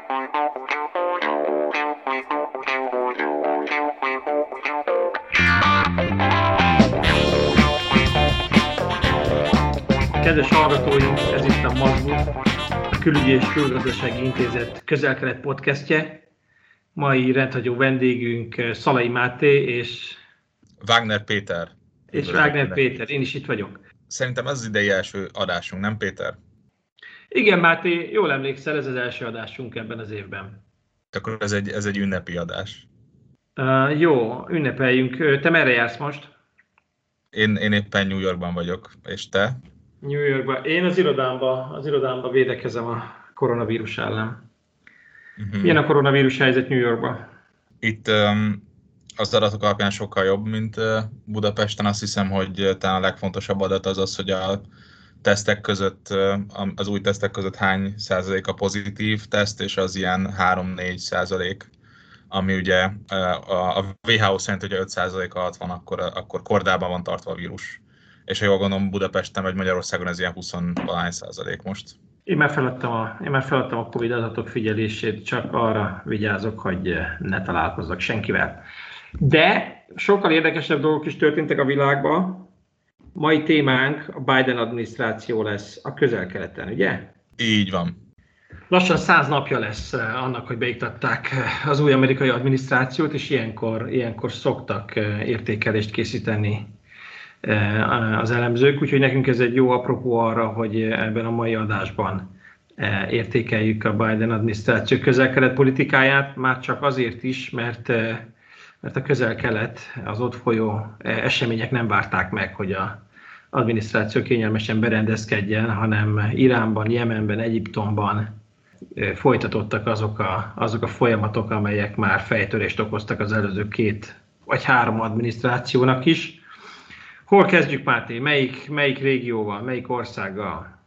Kedves hallgatóink, ez itt a Mazbut, a Külügyi és Külgazdasági Intézet Közel-Kelet podcastje. Mai rendhagyó vendégünk Szalai Máté és Wagner Péter. Én is itt vagyok. Szerintem ez az idei első adásunk, nem Péter? Igen, Máté, jól emlékszel, ez az első adásunk ebben az évben. Akkor ez egy ünnepi adás. Jó, ünnepeljünk. Te merre jársz most? Én éppen New Yorkban vagyok, és te? New Yorkban. Én az irodámba védekezem a koronavírus ellen. Milyen a koronavírus helyzet New Yorkban? Itt az adatok alapján sokkal jobb, mint Budapesten. Azt hiszem, hogy talán a legfontosabb adat az, hogy a tesztek között, az új tesztek között hány százalék a pozitív teszt, és az ilyen 3-4%, ami ugye a WHO szerint, hogyha 5% alatt van, akkor kordában van tartva a vírus. És ha jól gondolom, Budapesten vagy Magyarországon ez ilyen 20% most. Én már feladtam a Covid adatok figyelését, csak arra vigyázok, hogy ne találkozzak senkivel. De sokkal érdekesebb dolgok is történtek a világban. Mai témánk a Biden adminisztráció lesz a Közel-Keleten, ugye? Így van. Lassan 100 napja lesz annak, hogy beiktatták az új amerikai adminisztrációt, és ilyenkor szoktak értékelést készíteni az elemzők, úgyhogy nekünk ez egy jó apropó arra, hogy ebben a mai adásban értékeljük a Biden adminisztráció közel-kelet politikáját, már csak azért is, mert a közel-kelet, az ott folyó események nem várták meg, hogy az adminisztráció kényelmesen berendezkedjen, hanem Iránban, Jemenben, Egyiptomban folytatottak azok a folyamatok, amelyek már fejtörést okoztak az előző 2 vagy 3 adminisztrációnak is. Hol kezdjük, Máté? Melyik régióval, melyik országgal?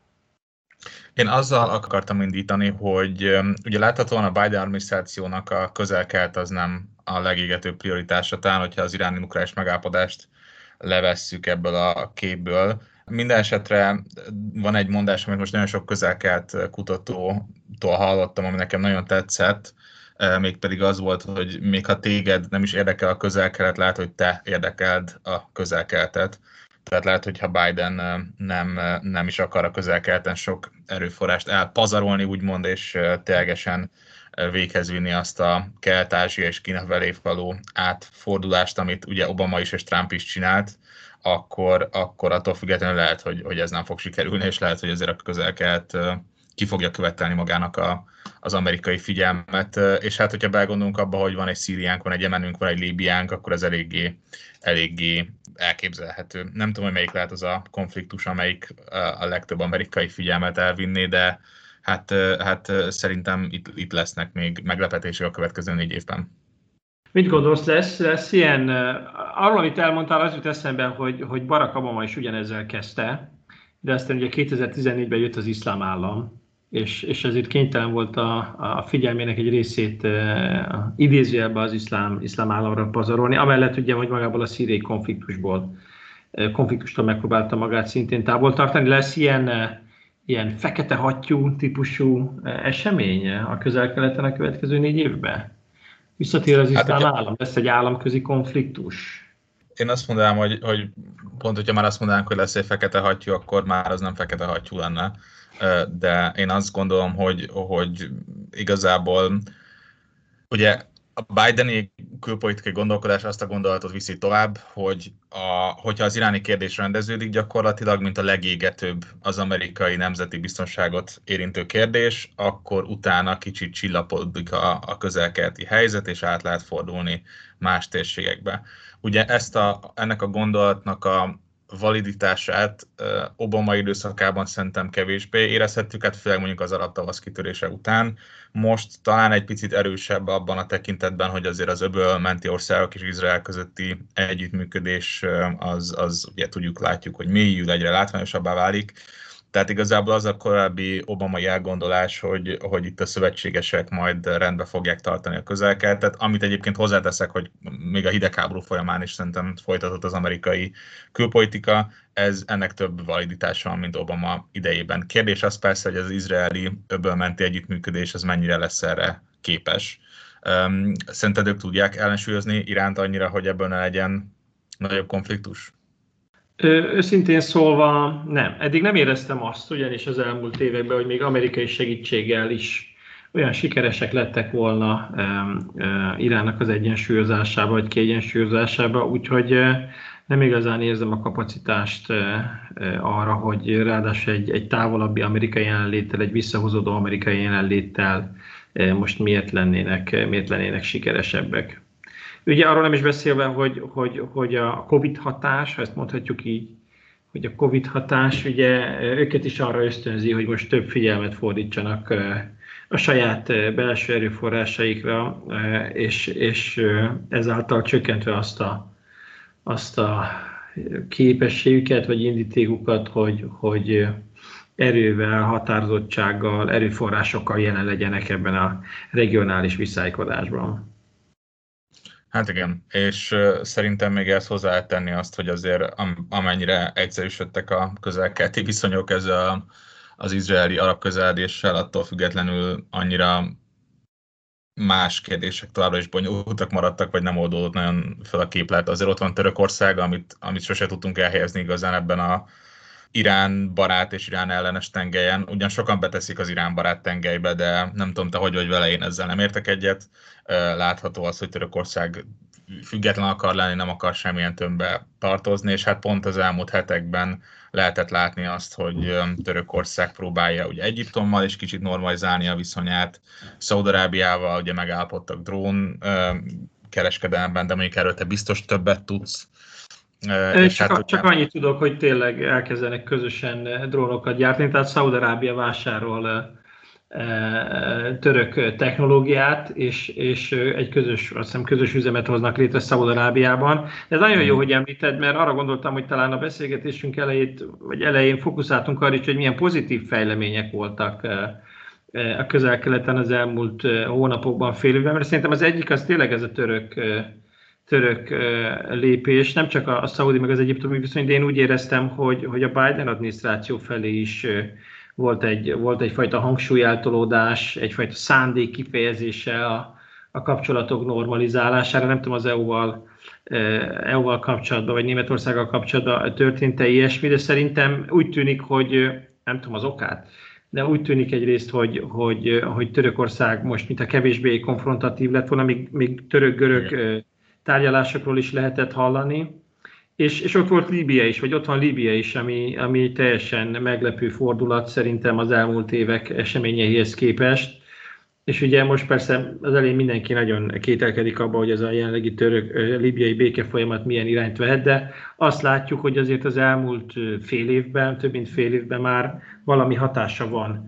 Én azzal akartam indítani, hogy ugye láthatóan a Biden adminisztrációnak a közel-kelet az nem a legégetőbb prioritása, talán, hogyha az iráni nukleáris megállapodást levesszük ebből a képből. Minden esetre van egy mondás, amit most nagyon sok közel-kelet kutatótól hallottam, ami nekem nagyon tetszett, mégpedig az volt, hogy még ha téged nem is érdekel a közel-kelet, lehet, hogy te érdekeld a közel-keletet. Tehát lehet, hogyha Biden nem is akar a közel-keleten sok erőforrást elpazarolni, úgymond, és ténylegesen véghez vinni azt a Kelet-Ázsia és Kína felé való átfordulást, amit ugye Obama is és Trump is csinált, akkor attól függetlenül lehet, hogy ez nem fog sikerülni, és lehet, hogy azért a közel-kelet ki fogja követelni magának az amerikai figyelmet. És hát, hogyha belegondolunk abba, hogy van egy Szíriánk, van egy Jemenünk, van egy Líbiánk, akkor ez eléggé elképzelhető. Nem tudom, hogy melyik lehet az a konfliktus, amelyik a legtöbb amerikai figyelmet elvinné, de hát szerintem itt lesznek még meglepetések a következő 4 évben. Mit gondolsz, lesz ilyen, arról, amit elmondtál, az jut eszembe, hogy Barack Obama is ugyanezzel kezdte, de aztán ugye 2014-ben jött az iszlám állam, és ezért kénytelen volt a figyelmének egy részét idézőjelben az iszlám államra pazarolni, amellett ugye, hogy magából a szíriai konfliktustól megpróbálta magát szintén távol tartani. Lesz ilyen fekete hattyú típusú esemény a közel-keleten a következő 4 évben? Visszatér az iszlám állam, lesz egy államközi konfliktus? Én azt mondanám, hogy pont, hogyha már azt mondanánk, hogy lesz egy fekete hattyú, akkor már az nem fekete hattyú lenne. De én azt gondolom, hogy igazából ugye a Bideni külpolitikai gondolkodás azt a gondolatot viszi tovább, hogyha az iráni kérdés rendeződik, gyakorlatilag, mint a legégetőbb az amerikai nemzeti biztonságot érintő kérdés, akkor utána kicsit csillapodik a közel-keleti helyzet, és át lehet fordulni más térségekbe. Ugye ennek a gondolatnak a validitását Obama időszakában szerintem kevésbé érezhettük, hát főleg mondjuk az arab tavasz kitörése után. Most talán egy picit erősebb abban a tekintetben, hogy azért az öbölmenti országok és Izrael közötti együttműködés az ugye látjuk, hogy mélyül, egyre látványosabbá válik. Tehát igazából az a korábbi obamai elgondolás, hogy itt a szövetségesek majd rendbe fogják tartani a Közel-Keletet, amit egyébként hozzáteszek, hogy még a hidegháború folyamán is szerintem folytatott az amerikai külpolitika, ennek több validitása van, mint Obama idejében. Kérdés az persze, hogy az izraeli öbölmenti együttműködés az mennyire lesz erre képes. Szerinted ők tudják ellensúlyozni Iránt annyira, hogy ebből ne legyen nagyobb konfliktus? Őszintén szólva nem. Eddig nem éreztem azt, ugyanis az elmúlt években, hogy még amerikai segítséggel is olyan sikeresek lettek volna Iránnak az egyensúlyozásába, vagy kiegyensúlyozásába, úgyhogy nem igazán érzem a kapacitást arra, hogy ráadásul egy távolabbi amerikai jelenléttel, egy visszahúzódó amerikai jelenléttel most miért lennének sikeresebbek. Ugye arról nem is beszélve, hogy a Covid hatás, ha ezt mondhatjuk így, hogy a Covid hatás ugye őket is arra ösztönzi, hogy most több figyelmet fordítsanak a saját belső erőforrásaikra, és ezáltal csökkentve azt a képességüket, vagy indítékukat, hogy erővel, határozottsággal, erőforrásokkal jelen legyenek ebben a regionális viszálykodásban. Hát igen, és szerintem még ezt hozzá lehet tenni azt, hogy azért amennyire egyszerűsödtek a közel-keleti viszonyok ez az izraeli-arab közeledéssel, attól függetlenül annyira más kérdések továbbra is bonyolultak maradtak, vagy nem oldódott nagyon fel a képlet. Azért ott van Törökország, amit sose tudtunk elhelyezni igazán ebben a Irán barát és Irán ellenes tengelyen. Ugyan sokan beteszik az Irán barát tengelybe, de nem tudom, te hogy vagy vele, én ezzel nem értek egyet. Látható az, hogy Törökország független akar lenni, nem akar semmilyen tömbbe tartozni, és hát pont az elmúlt hetekben lehetett látni azt, hogy Törökország próbálja ugye Egyiptommal is kicsit normalizálni a viszonyát, Szaúd-Arábiával ugye megállapodtak drón kereskedelemben, de mondjuk erről te biztos többet tudsz. Csak annyit tudok, hogy tényleg elkezdenek közösen drónokat gyártani, tehát Szaúd-Arábia vásárol török technológiát, és egy közös üzemet hoznak létre Szaúd-Arábiában. Ez nagyon jó, hogy említed, mert arra gondoltam, hogy talán a beszélgetésünk elején fókuszáltunk arra is, hogy milyen pozitív fejlemények voltak a Közel-Keleten az elmúlt hónapokban, fél évben, mert szerintem az egyik az tényleg ez a török lépés, nem csak a szaudi meg az egyiptomi viszony, de én úgy éreztem, hogy a Biden adminisztráció felé is volt egyfajta hangsúlyeltolódás, egyfajta szándék kifejezése a kapcsolatok normalizálására. Nem tudom, az EU-val kapcsolatban, vagy Németországgal kapcsolatban történt-e ilyesmi, de szerintem úgy tűnik, hogy nem tudom az okát, de úgy tűnik egyrészt, hogy Törökország most mintha kevésbé konfrontatív lett volna, még török-görög tárgyalásokról is lehetett hallani. És ott volt Líbia is, vagy ott van Líbia is, ami teljesen meglepő fordulat szerintem az elmúlt évek eseményeihez képest. És ugye most persze az elején mindenki nagyon kételkedik abba, hogy ez a jelenlegi líbiai békefolyamat milyen irányt vehet, de azt látjuk, hogy azért az elmúlt fél évben, több mint fél évben már valami hatása van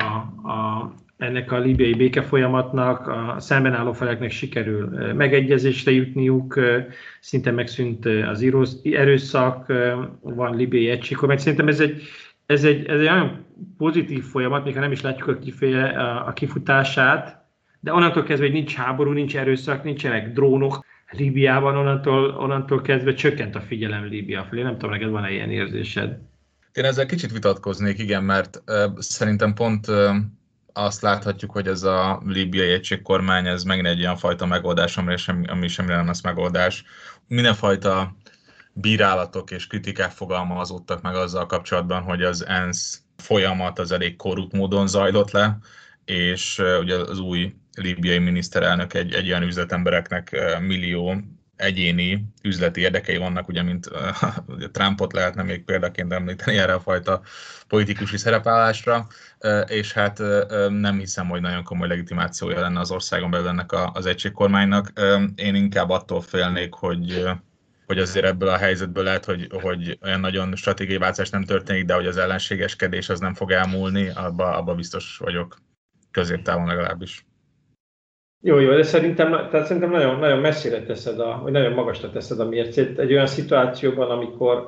ennek a líbiai békefolyamatnak, a szemben álló feleknek sikerül megegyezésre jutniuk, szinte megszűnt az erőszak, van líbiai egységkormány. Szerintem ez egy olyan pozitív folyamat, még ha nem is látjuk a kifutását, de onnantól kezdve, hogy nincs háború, nincs erőszak, nincsenek drónok Líbiában, onnantól kezdve csökkent a figyelem Líbia felé. Nem tudom, neked van-e ilyen érzésed? Én ezzel kicsit vitatkoznék, igen, mert szerintem pont azt láthatjuk, hogy ez a líbiai egységkormány, ez megint egy olyan fajta megoldás, ami semmire nem lesz megoldás. Mindenfajta bírálatok és kritikák fogalmazódtak meg azzal kapcsolatban, hogy az ENSZ folyamat az elég korrupt módon zajlott le, és ugye az új líbiai miniszterelnök egy olyan üzletembereknek millió egyéni üzleti érdekei vannak, ugye, mint Trumpot lehetne még példaként említeni erre a fajta politikusi szerepállásra, és hát nem hiszem, hogy nagyon komoly legitimációja lenne az országon belül ennek az egységkormánynak. Én inkább attól félnék, hogy azért ebből a helyzetből lehet, hogy olyan nagyon stratégiai változás nem történik, de hogy az ellenségeskedés az nem fog elmúlni, abba biztos vagyok, középtávon legalábbis. Jó, de szerintem nagyon, nagyon messzire teszed, vagy nagyon magasra teszed a mércét egy olyan szituációban, amikor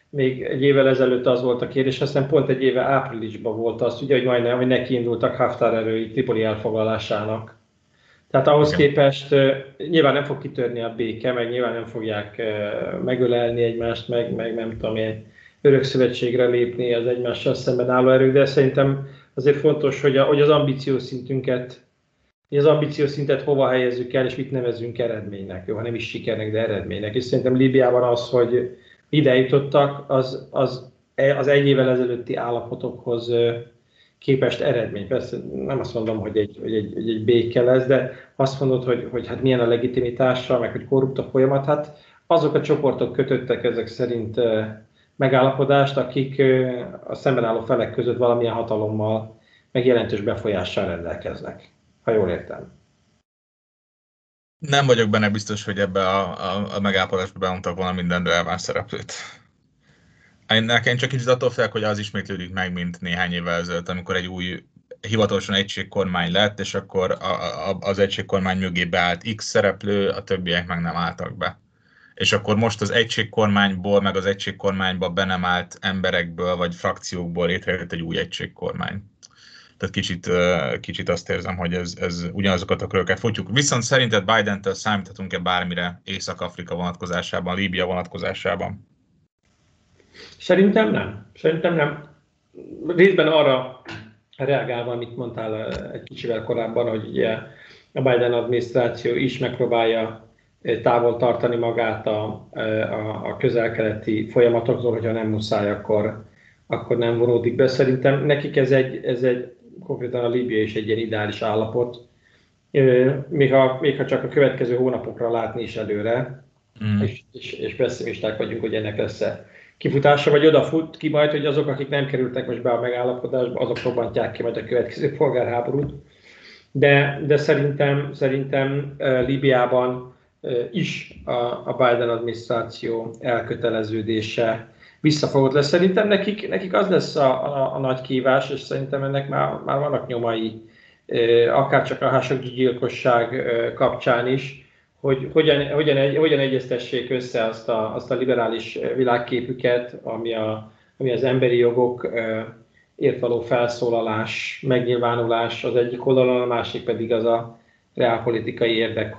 még egy évvel ezelőtt az volt a kérdés, aztán pont egy éve áprilisban volt az, ugye, hogy majdnem, hogy nekiindultak Haftar erői Tripoli elfoglalásának. Tehát ahhoz képest nyilván nem fog kitörni a béke, meg nyilván nem fogják megölelni egymást, meg nem tudom én, örökszövetségre lépni az egymással szemben álló erők, de szerintem azért fontos, hogy az ambíciószintet hova helyezzük el, és mit nevezünk eredménynek, jó, ha nem is sikernek, de eredménynek. És szerintem Líbiában az, hogy ide jutottak, az egy évvel ezelőtti állapotokhoz képest eredmény. Persze nem azt mondom, hogy egy béke lesz, de azt mondod, hogy hát milyen a legitimitása, meg hogy korrupt a folyamat, hát azok a csoportok kötöttek ezek szerint megállapodást, akik a szemben álló felek között valamilyen hatalommal, meg jelentős befolyással rendelkeznek, ha jól értem. Nem vagyok benne biztos, hogy ebbe a megállapodásba bemondtak volna minden releváns szereplőt. Nekem csak kicsit attól félek, hogy az ismétlődik meg, mint néhány évvel ezelőtt, amikor egy új hivatalosan egységkormány lett, és akkor az egységkormány mögé beállt X szereplő, a többiek meg nem álltak be. És akkor most az egységkormányból, meg az egységkormányba be nem állt emberekből, vagy frakciókból létrejött egy új egységkormány. Tehát kicsit azt érzem, hogy ez ugyanazokat a köröket futjuk. Viszont szerinted Bidentől számíthatunk-e bármire Észak-Afrika vonatkozásában, Líbia vonatkozásában? Szerintem nem. Részben arra reagálva, amit mondtál egy kicsivel korábban, hogy ugye a Biden adminisztráció is megpróbálja távol tartani magát a közel-keleti folyamatoktól, hogyha nem muszáj, akkor nem vonódik be. Szerintem nekik ez egy konkrétan a Líbia is egy ilyen ideális állapot, még ha csak a következő hónapokra látni is előre, és pessimisták vagyunk, hogy ennek lesz kifutása, vagy oda fut ki majd, hogy azok, akik nem kerültek most be a megállapodásba, azok robbantják ki majd a következő polgárháborút. De szerintem Líbiában is a Biden adminisztráció elköteleződése visszafogott lesz. Szerintem nekik az lesz a nagy kívás, és szerintem ennek már vannak nyomai, akár csak a Khashoggi gyilkosság kapcsán is, hogy hogyan egyeztessék össze azt a liberális világképüket, ami az emberi jogok ért való felszólalás, megnyilvánulás az egyik oldalon, a másik pedig az a reálpolitikai érdek,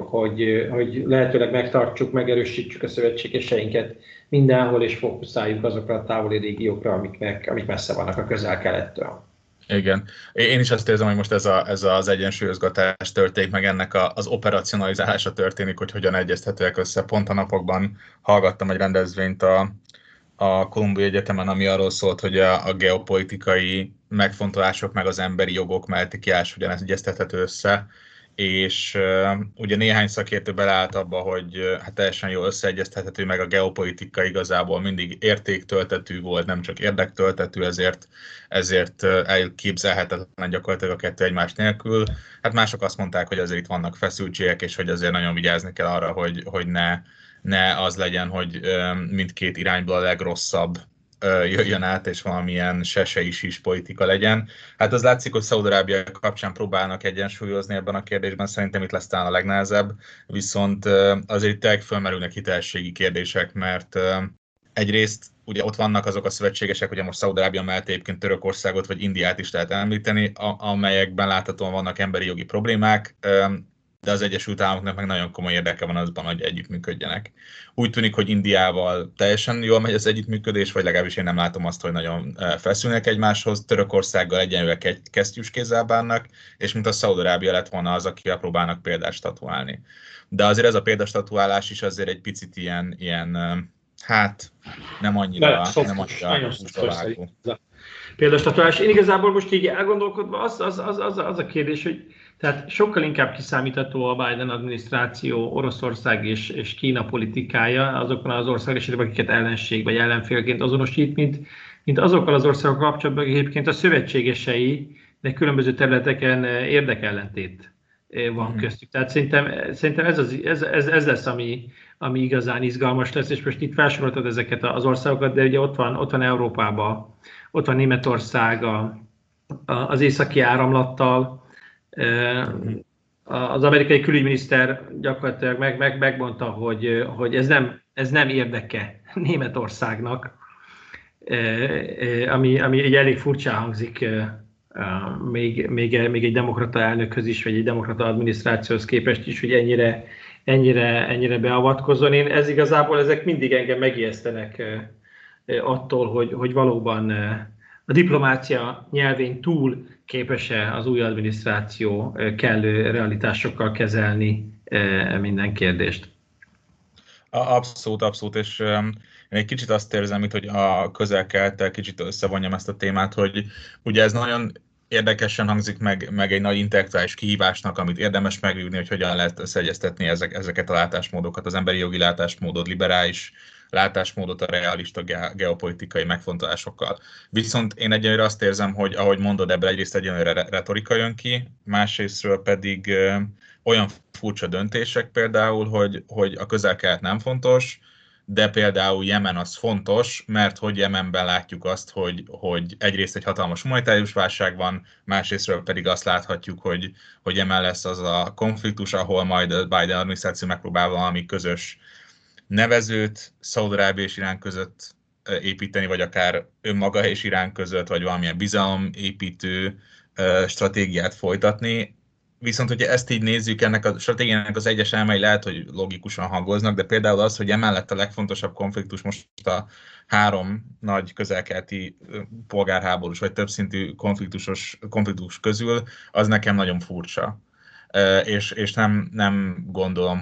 hogy lehetőleg megtartsuk, megerősítsük a szövetségeseinket mindenhol, és fókuszáljuk azokra a távoli régiókra, amik messze vannak a közel-kelettől. Igen. Én is azt érzem, hogy most ez az egyensúlyozgatás történik, meg ennek az operacionalizálása történik, hogy hogyan egyeztetőek össze. Pont a napokban hallgattam egy rendezvényt a Columbia Egyetemen, ami arról szólt, hogy a geopolitikai megfontolások meg az emberi jogok melletti kiállás hogyan egyeztethető össze, és ugye néhány szakértő beleállt abba, hogy hát teljesen jól összeegyeztethető, meg a geopolitika igazából mindig értéktöltetű volt, nem csak érdektöltetű, ezért elképzelhetetlen gyakorlatilag a kettő egymás nélkül. Hát mások azt mondták, hogy azért itt vannak feszültségek, és hogy azért nagyon vigyázni kell arra, hogy ne az legyen, hogy mindkét irányból a legrosszabb jöjjön át, és valamilyen is politika legyen. Hát az látszik, hogy Szaúd-Arábia kapcsán próbálnak egyensúlyozni ebben a kérdésben, szerintem itt lesz talán a legnehezebb, viszont azért itt tényleg fölmerülnek hitelességi kérdések, mert egyrészt ugye ott vannak azok a szövetségesek, ugye most Szaúd-Arábia mellett egyébként Törökországot vagy Indiát is lehet említeni, amelyekben láthatóan vannak emberi jogi problémák, de az Egyesült Államoknak meg nagyon komoly érdeke van azban, hogy együttműködjenek. Úgy tűnik, hogy Indiával teljesen jól megy az együttműködés, vagy legalábbis én nem látom azt, hogy nagyon feszülnek egymáshoz. Törökországgal egyenlően kesztyűskézzel bánnak, és mint a Szaúd-Arábia lett volna az, akivel próbálnak példát statuálni. De azért ez a példastatuálás is azért egy picit ilyen hát nem annyira vágó. Példastatuálás. Én igazából most így elgondolkodva az a kérdés, hogy tehát sokkal inkább kiszámítható a Biden adminisztráció, Oroszország és Kína politikája azokon az országok esetében, akiket ellenség vagy ellenfélként azonosít, mint azokkal az országokkal kapcsolatban, egyébként a szövetségesei, de különböző területeken érdekellentét van köztük. Tehát szerintem ez lesz, ami igazán izgalmas lesz, és most itt felsoroltad ezeket az országokat, de ugye ott van Európában, ott van Németország az északi áramlattal. Az amerikai külügyminiszter gyakorlatilag megmondta, hogy ez nem érdeke Németországnak, ami egy elég furcsán hangzik még egy demokrata elnökhöz is, vagy egy demokrata adminisztrációhoz képest is, hogy ennyire beavatkozzon. Ez igazából ezek mindig engem megijesztenek attól, hogy valóban a diplomácia nyelvén túl képes-e az új adminisztráció kellő realitásokkal kezelni minden kérdést. Abszolút, abszolút, és én egy kicsit azt érzem itt, hogy a Közel-Kelettel kicsit összevonjam ezt a témát, hogy ugye ez nagyon érdekesen hangzik meg egy nagy intellektuális kihívásnak, amit érdemes megvívni, hogy hogyan lehet összeegyeztetni ezeket a látásmódokat, az emberi jogi látásmódot, liberális látásmódot a realista geopolitikai megfontolásokkal. Viszont én egyelőre azt érzem, hogy ahogy mondod, ebből egyrészt egyelőre retorika jön ki, másrésztről pedig olyan furcsa döntések például, hogy a Közel-Kelet nem fontos, de például Jemen az fontos, mert hogy Jemenben látjuk azt, hogy egyrészt egy hatalmas humanitárius válság van, másrésztről pedig azt láthatjuk, hogy Jemen lesz az a konfliktus, ahol majd a Biden adminisztráció megpróbál valami közös nevezőt Szaúd-Arábia és Irán között építeni, vagy akár önmaga és Irán között, vagy valamilyen bizalomépítő stratégiát folytatni. Viszont, hogyha ezt így nézzük, ennek a stratégiának az egyes elemei lehet, hogy logikusan hangoznak, de például az, hogy emellett a legfontosabb konfliktus most a 3 nagy közel-keleti polgárháborús vagy többszintű konfliktus közül, az nekem nagyon furcsa. És nem gondolom,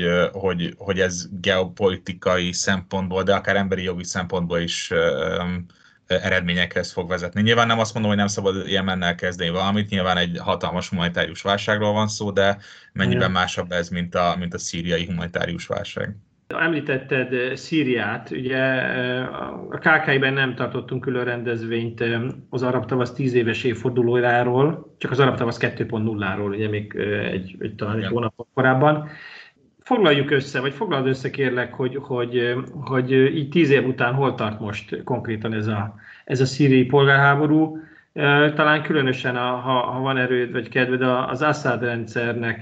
hogy ez geopolitikai szempontból, de akár emberi jogi szempontból is eredményekhez fog vezetni. Nyilván nem azt mondom, hogy nem szabad Jemennel kezdeni valamit, nyilván egy hatalmas humanitárius válságról van szó, de mennyiben másabb ez, mint a szíriai humanitárius válság. Említetted Szíriát, ugye a KK-ben nem tartottunk külön rendezvényt az arab tavasz 10 éves évfordulójáról, csak az arab tavasz 2.0-ról, ugye még talán egy hónap korábban. Foglaljuk össze, vagy foglald össze kérlek, hogy így 10 év után hol tart most konkrétan ez a szíriai polgárháború. Talán különösen, ha van erőd vagy kedved, az Assad rendszernek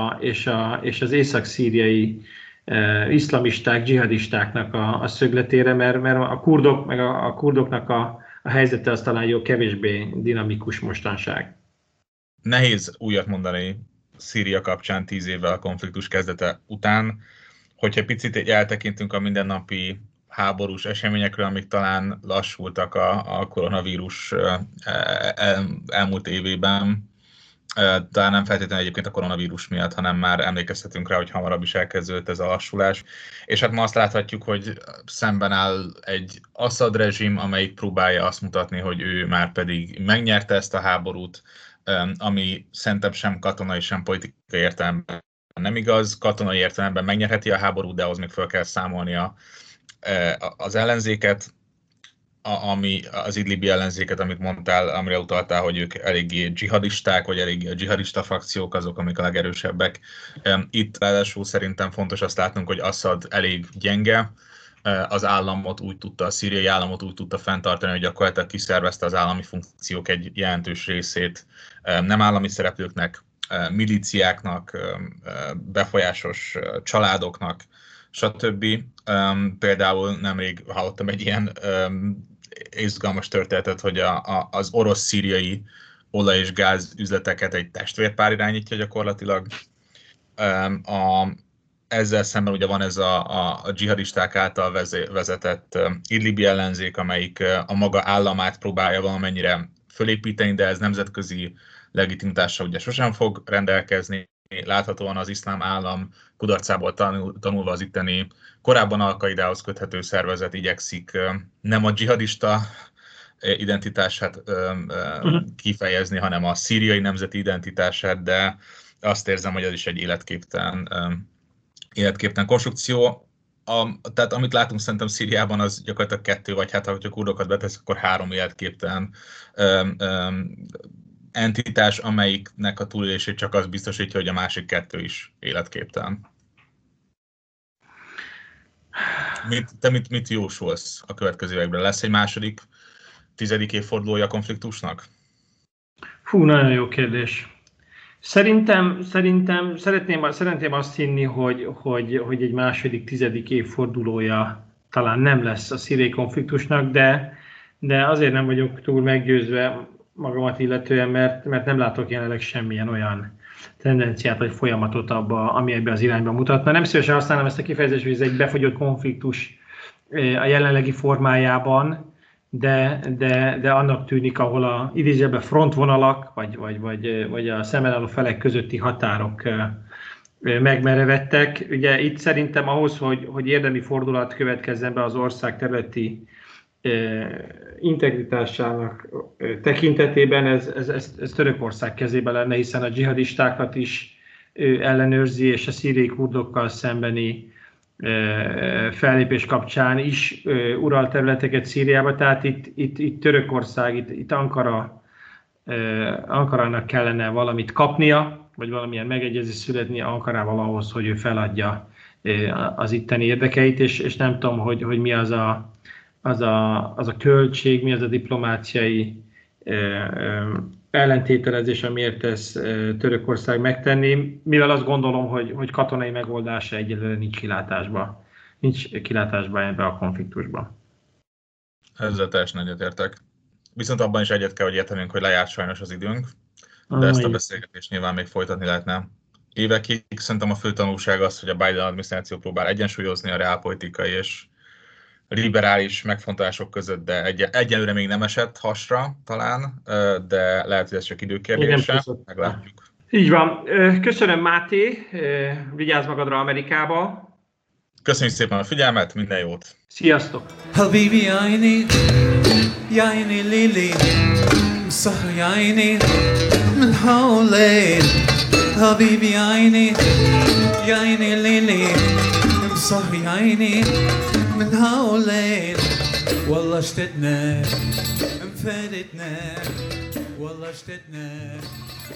és az észak-szíriai iszlamisták, dzsihadistáknak a szögletére, mert a kurdok, meg a kurdoknak a helyzete az talán jó kevésbé dinamikus mostanság. Nehéz újat mondani Szíria kapcsán 10 évvel a konfliktus kezdete után. Hogyha picit eltekintünk a mindennapi háborús eseményekről, amik talán lassultak a koronavírus elmúlt évében, talán nem feltétlenül egyébként a koronavírus miatt, hanem már emlékezhetünk rá, hogy hamarabb is elkezdődött ez a lassulás. És hát ma azt láthatjuk, hogy szemben áll egy Assad rezsim, amelyik próbálja azt mutatni, hogy ő már pedig megnyerte ezt a háborút, ami szerintem sem katonai, sem politikai értelemben nem igaz. Katonai értelemben megnyerheti a háborút, de ahhoz még fel kell számolni az ellenzéket, ami az idlibi ellenzéket, amit mondtál, amire utaltál, hogy ők eléggé dzsihadisták, vagy eléggé a dzsihadista frakciók azok, amik a legerősebbek. Itt ráadásul szerintem fontos azt látnunk, hogy Assad elég gyenge, az államot úgy tudta, a szíriai államot úgy tudta fenntartani, hogy gyakorlatilag kiszervezte az állami funkciók egy jelentős részét nem állami szereplőknek, milíciáknak, befolyásos családoknak, stb. Például nemrég hallottam egy ilyen izgalmas történetet, hogy az orosz-szíriai olaj- és gáz üzleteket egy testvérpár irányítja gyakorlatilag. Ezzel szemben ugye van ez a dzsihadisták által vezetett idlibi ellenzék, amelyik a maga államát próbálja valamennyire fölépíteni, de ez nemzetközi legitimitással ugye sosem fog rendelkezni. Láthatóan az iszlám állam kudarcából tanulva az itteni korábban Al-Qaidához köthető szervezet igyekszik nem a dzsihadista identitását kifejezni, hanem a szíriai nemzeti identitását, de azt érzem, hogy ez is egy életképtelen konstrukció. Tehát amit látunk szerintem Szíriában, az gyakorlatilag 2, vagy hát ha a kurdokat betesz, akkor 3 életképtelen entitás, amelyiknek a túlélését csak az biztosítja, hogy a másik 2 is életképtelen. Mit jósolsz a következő években? Lesz egy második 10. évfordulója a konfliktusnak? Hú, nagyon jó kérdés. Szerintem szeretném azt hinni, hogy egy második 10. évfordulója talán nem lesz a szíriai konfliktusnak, de de azért nem vagyok túl meggyőzve magamat illetően, mert nem látok jelenleg semmilyen olyan tendenciát vagy folyamatot abba, ami ebbe az irányba mutatna. Nem szívesen használom ezt a kifejezést, hogy ez egy befagyott konfliktus a jelenlegi formájában, de annak tűnik, ahol a idézőjelben frontvonalak, vagy a szemben álló felek közötti határok megmerevettek. Ugye itt szerintem ahhoz, hogy érdemi fordulat következzen be az ország területi integritásának tekintetében, ez Törökország kezében lenne, hiszen a dzsihadistákat is ellenőrzi, és a szíriai kurdokkal szembeni fellépés kapcsán is ural területeket Szíriába, tehát itt Törökország, itt Ankarának kellene valamit kapnia, vagy valamilyen megegyezés születni Ankarával ahhoz, hogy ő feladja az itteni érdekeit, és nem tudom, hogy mi az a költség, mi az a diplomáciai ellentételezés, amiért ezt Törökország megtenni, mivel azt gondolom, hogy katonai megoldása egyelőre nincs kilátásban ebbe a konfliktusban. Ezzel teljesen egyetértek. Viszont abban is egyet kell, hogy értenünk, hogy lejárt sajnos az időnk, de ezt a beszélgetést nyilván még folytatni lehetne évekig. Szerintem a fő tanulság az, hogy a Biden adminisztráció próbál egyensúlyozni a reálpolitikai és liberális megfontolások között, de egyelőre még nem esett hasra talán, de lehet, hogy ez csak időkérdése, meglátjuk. Így van. Köszönöm, Máté, vigyázz magadra Amerikába. Köszönjük szépen a figyelmet, minden jót! Sziasztok! Habibi ayni, yayni lili, sah yayni, min hawlain. Habibi ayni, yayni lili, sah yayni, من هولين والله اشتدنا انفردنا والله اشتدنا